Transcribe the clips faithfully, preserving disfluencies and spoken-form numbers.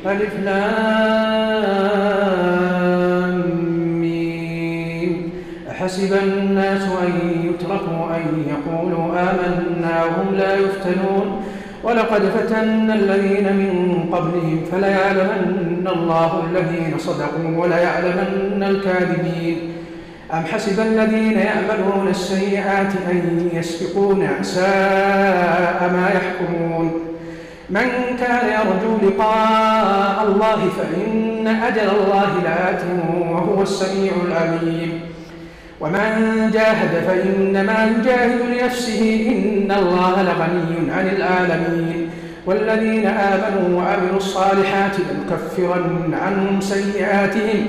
ألف لام ميم. أحسب الناس أن يتركوا أن يقولوا آمنا وهم لا يفتنون ولقد فتنا الذين من قبلهم فليعلمن الله الذين صدقوا وليعلمن الكاذبين. أم حسب الذين يعملون السيئات أن يسبقونا ساء ما يحكمون. من كان يرجو لقاء الله فإن أجل الله لآت وهو السميع العليم. ومن جاهد فإنما يجاهد لنفسه إن الله لغني عن العالمين. والذين آمنوا وعملوا الصالحات لنكفرن عنهم سيئاتهم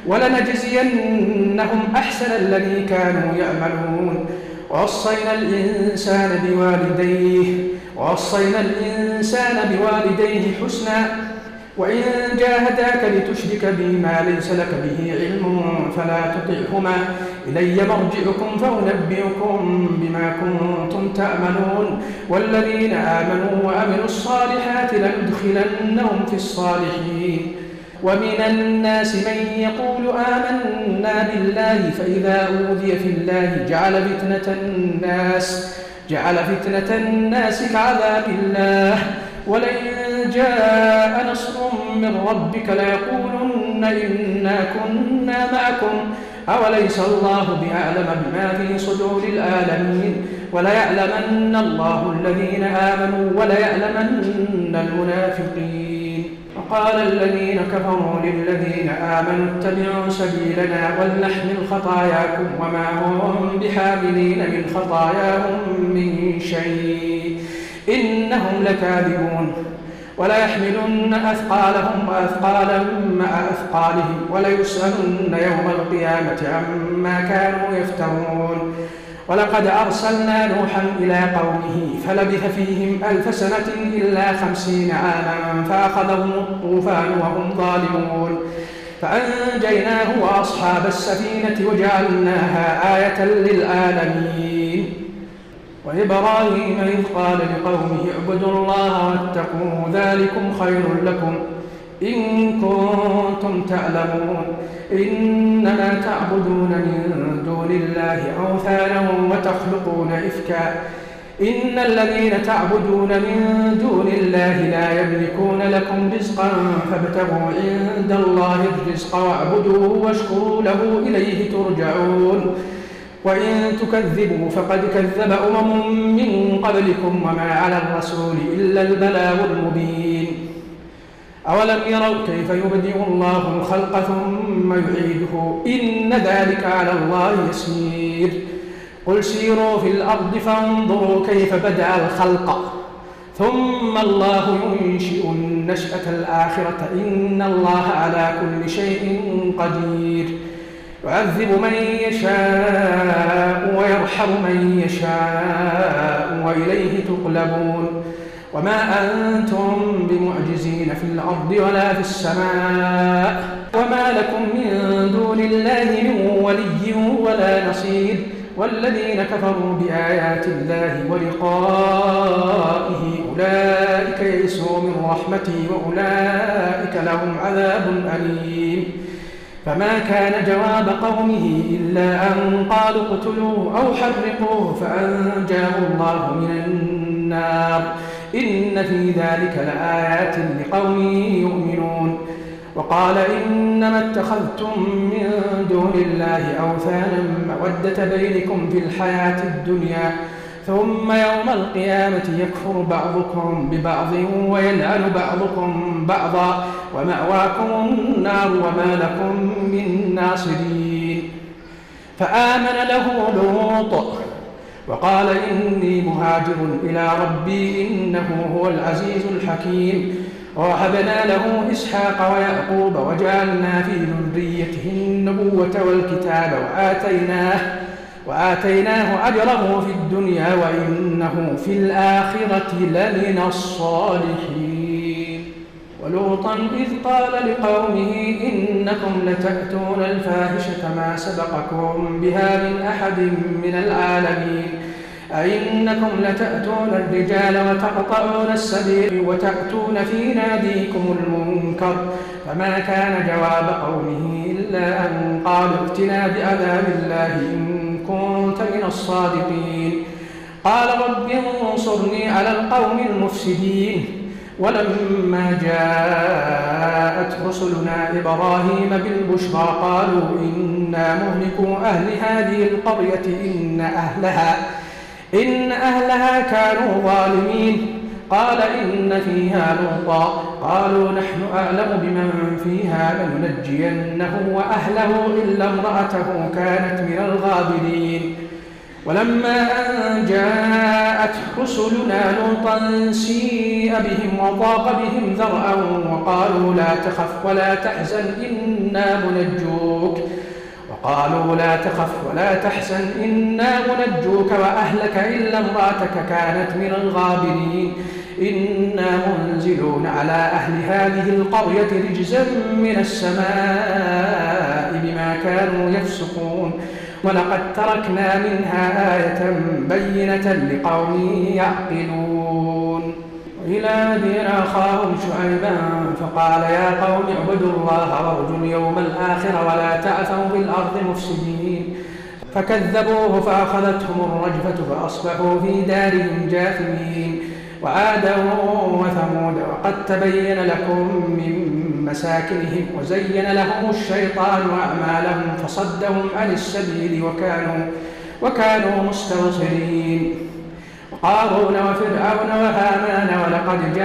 ولنجزينهم أحسن الذي كانوا يعملون. ووصينا الإنسان بوالديه ووصينا الإنسان بوالديه حسنا وإن جاهداك لتشرك بي ما ليس لك به علم فلا تطعهما إلي مرجعكم فأنبئكم بما كنتم تعملون. والذين آمنوا وعملوا الصالحات لندخلنهم في الصالحين. ومن الناس من يقول آمنا بالله فإذا أوذي في الله جعل فتنة الناس جعل فتنة الناس كعذاب الله ولئن جاء نصر من ربك ليقولن إنا كنا معكم أوليس الله بأعلم بما في صدور العالمين. وليعلمن الله الذين آمنوا وليعلمن المنافقين. وقال الذين كفروا للذين آمنوا اتبعوا سبيلنا ولنحمل خطاياكم وما هم بحاملين من خطاياهم من شيء إنهم لكاذبون. وليحملن أثقالهم وأثقالا مع أثقالهم وليسألن يوم القيامة عما كانوا يفترون. ولقد أرسلنا نوحا إلى قومه فلبث فيهم ألف سنة إلا خمسين عاما فأخذهم الطوفان وهم ظالمون فأنجيناه وأصحاب السفينة وجعلناها آية للعالمين. وإبراهيم إذ قال لقومه اعبدوا الله واتقوه ذلكم خير لكم إن كنتم تعلمون. إنما تعبدون من دون الله أوثانا وتخلقون إفكا إن الذين تعبدون من دون الله لا يملكون لكم رزقا فابتغوا عند الله الرزق واعبدوه واشكروا له إليه ترجعون. وإن تكذبوا فقد كذب أمم من قبلكم وما على الرسول إلا البلاغ المبين. أولم يروا كيف يبدئ الله الخلق ثم يعيده إن ذلك على الله يسير. قل سيروا في الأرض فانظروا كيف بدأ الخلق ثم الله ينشئ النشأة الآخرة إن الله على كل شيء قدير. يعذب من يشاء ويرحم من يشاء وإليه تقلبون. وما أنتم بمعجزين في الأرض ولا في السماء وما لكم من دون الله من ولي ولا نصير. والذين كفروا بآيات الله ولقائه أولئك يئسوا من رحمتي وأولئك لهم عذاب أليم. فما كان جواب قومه إلا أن قالوا اقتلوه أو حرقوه فأنجاه الله من النار إن في ذلك لآيات لقوم يؤمنون. وقال إنما اتخذتم من دون الله أوثانا مودة بينكم في الحياة الدنيا ثم يوم القيامة يكفر بعضكم ببعض ويلعن بعضكم بعضا ومأواكم النار وما لكم من ناصرين. فآمن له لوط وقال إني مهاجر إلى ربي إنه هو العزيز الحكيم. ووهبنا له إسحاق ويعقوب وجعلنا في ذريته النبوة والكتاب وآتيناه وآتيناه أجره في الدنيا وإنه في الآخرة لمن الصالحين. ولوطا إذ قال لقومه إنكم لتأتون الفاحشة ما سبقكم بها من أحد من العالمين أئنكم لتأتون الرجال وتقطعون السبيل وتأتون في ناديكم المنكر فما كان جواب قومه إلا أن قالوا ائتنا بعذاب الله إن كنت من الصادقين قال رب انصرني على القوم المفسدين ولما جاءت رسلنا إبراهيم بالبشرى قالوا إنا مهلكو أهل هذه القرية إن أهلها إن أهلها كانوا ظالمين قال إن فيها لوطا قالوا نحن أعلم بمن فيها لننجينه وأهله إلا امرأته كانت من الغابرين ولما أن جاءت رسلنا لوطا سيء بهم وضاق بهم ذرعا وقالوا لا تخف ولا تحزن إنا منجوك وقالوا لا تخف ولا تحزن إنا منجوك وأهلك إلا امرأتك كانت من الغابرين إنا منزلون على أهل هذه القرية رجزا من السماء بما كانوا يفسقون ولقد تركنا منها آية بينة لقوم يعقلون وإلى مدين أخاهم شعيبا فقال يا قوم اعبدوا الله وارجوا اليوم الآخر ولا تعثوا في الأرض مفسدين فكذبوه فأخذتهم الرجفة فأصبحوا في دارهم جاثمين وعادا وثمود وقد تبين لكم من مساكنهم وزين لهم الشيطان أعمالهم فصدهم عن السبيل وكانوا, وكانوا مستبصرين وقارون وفرعون وهامان ولقد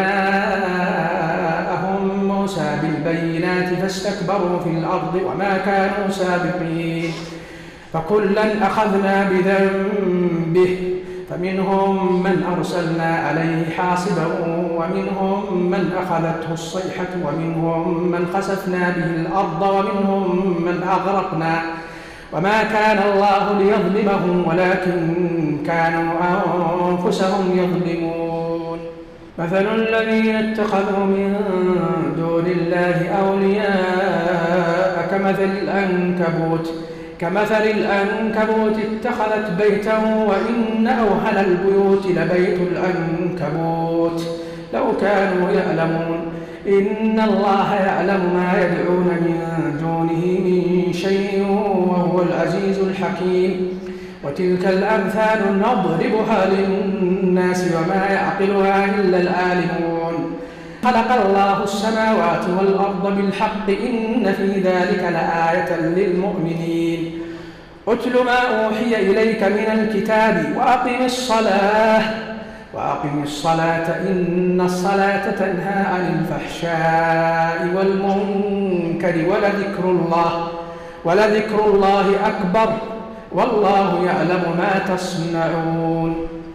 جاءهم موسى بالبينات فاستكبروا في الأرض وما كانوا سابقين فكلا أخذنا بذنبه فمنهم من أرسلنا عليه حاصبا ومنهم من أخذته الصيحة ومنهم من خسفنا به الأرض ومنهم من أغرقنا وما كان الله ليظلمهم ولكن كانوا أنفسهم يظلمون مثل الذين اتخذوا من دون الله أولياء كمثل العنكبوت كمثل العنكبوت اتخذت بيتا وإن أوهن البيوت لبيت العنكبوت لو كانوا يعلمون إن الله يعلم ما يدعون من دونه من شيء وهو العزيز الحكيم وتلك الأمثال نضربها للناس وما يعقلها إلا العالمون خلق الله السماوات والأرض بالحق إن في ذلك لآية للمؤمنين أتل ما أوحي إليك من الكتاب وأقم الصلاة وأقم الصلاة إن الصلاة تنهى عن الفحشاء والمنكر ولذكر الله ولذكر الله أكبر والله يعلم ما تصنعون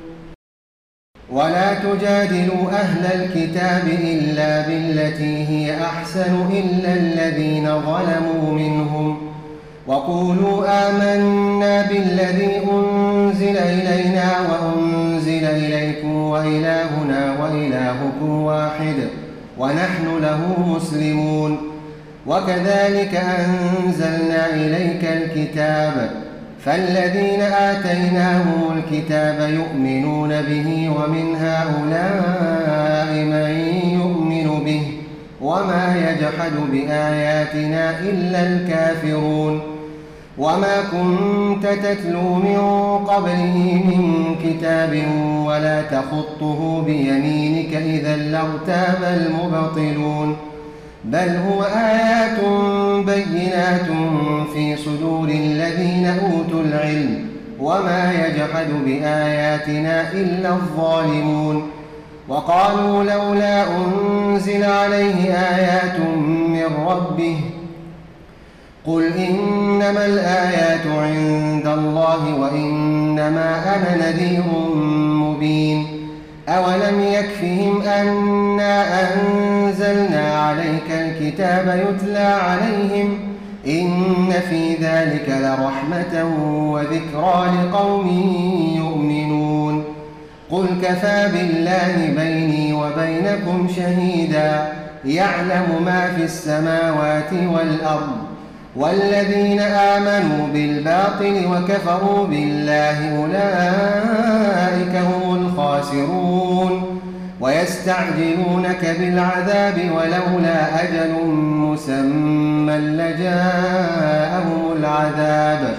ولا تجادلوا أهل الكتاب إلا بالتي هي أحسن إلا الذين ظلموا منهم وقولوا آمنا بالذي أنزل إلينا وأنزل إليكم وإلهنا وإلهكم واحد ونحن له مسلمون وكذلك أنزلنا إليك الكتاب فالذين آتيناهم الكتاب يؤمنون به ومن هؤلاء من يؤمن به وما يجحد بآياتنا إلا الكافرون وما كنت تتلو من قبله من كتاب ولا تخطه بيمينك إذا لارتاب المبطلون بل هو آيات بينات في صدور الذين أوتوا العلم وما يجحد بآياتنا إلا الظالمون وقالوا لولا أنزل عليه آيات من ربه قل إنما الآيات عند الله وإنما أنا نذير مبين أولم يكفهم أنا أنزلنا عليك الكتاب يتلى عليهم إن في ذلك لرحمة وذكرى لقوم يؤمنون قل كفى بالله بيني وبينكم شهيدا يعلم ما في السماوات والأرض والذين آمنوا بالباطل وكفروا بالله أولئك هم الخاسرون ويستعجلونك بالعذاب ولولا أجل مسمى لجاءهم العذاب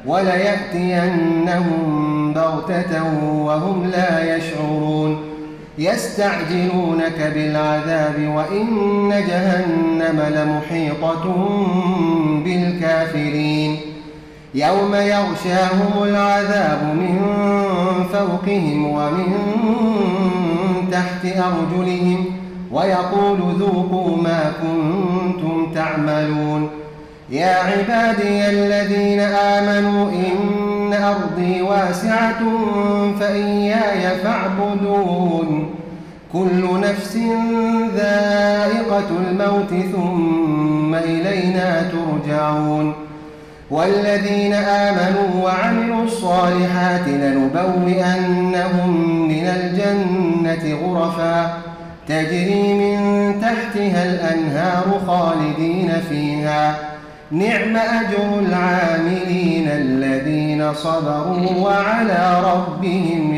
وليأتينهم بغتة وهم لا يشعرون يستعجلونك بالعذاب وإن جهنم لمحيطة بالكافرين يوم يغشاهم العذاب من فوقهم ومن تحت أرجلهم ويقول ذوقوا ما كنتم تعملون يا عبادي الذين آمنوا إن أرضي واسعة فإياي فاعبدون كل نفس ذائقة الموت ثم إلينا ترجعون والذين آمنوا وعملوا الصالحات لنبوئنهم من الجنة غرفا تجري من تحتها الأنهار خالدين فيها نعم أجر العاملين الذين صبروا وعلى ربهم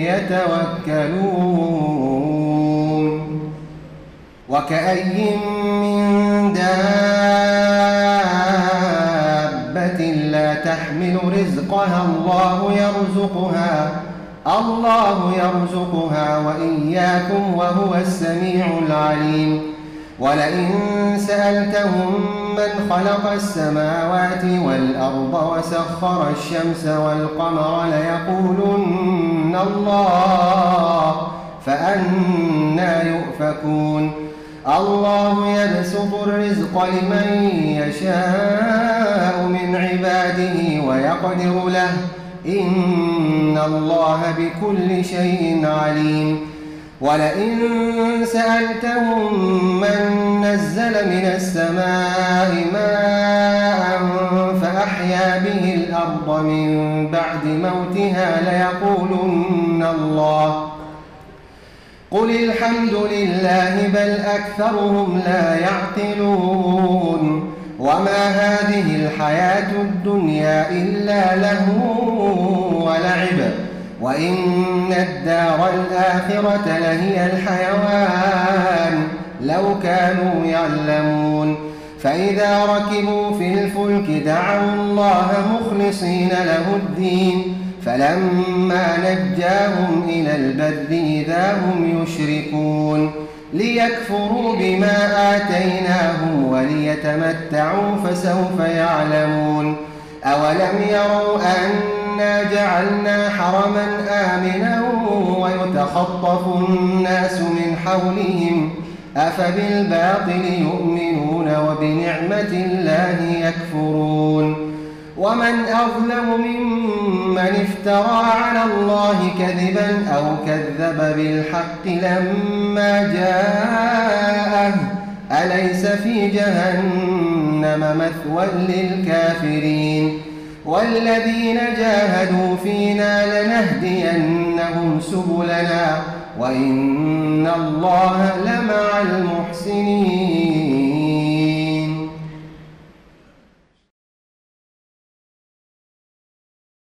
يتوكلون وكأي من دابة لا تحمل رزقها الله يرزقها الله يرزقها وإياكم وهو السميع العليم ولئن سألتهم من خلق السماوات والأرض وسخر الشمس والقمر ليقولن الله فأنى يؤفكون الله يبسط الرزق لمن يشاء من عباده ويقدر له إن الله بكل شيء عليم ولئن سألتهم من نزل من السماء ماء فأحيا به الأرض من بعد موتها ليقولن الله قل الحمد لله بل أكثرهم لا يعقلون وما هذه الحياة الدنيا إلا لهو ولعب وإن الدار الآخرة لهي الحيوان لو كانوا يعلمون فإذا ركبوا في الفلك دعوا الله مخلصين له الدين فلما نجاهم إلى البر إذا هم يشركون ليكفروا بما آتيناهم وليتمتعوا فسوف يعلمون أولم يروا أنا جعلنا حرما آمنا ويتخطف الناس من حولهم أفبالباطل يؤمنون وبنعمة الله يكفرون ومن أظلم ممن افترى على الله كذبا أو كذب بالحق لما جاءه أليس في جهنم مثوى للكافرين والذين جاهدوا فينا لنهدينهم سبلنا وإن الله لمع المحسنين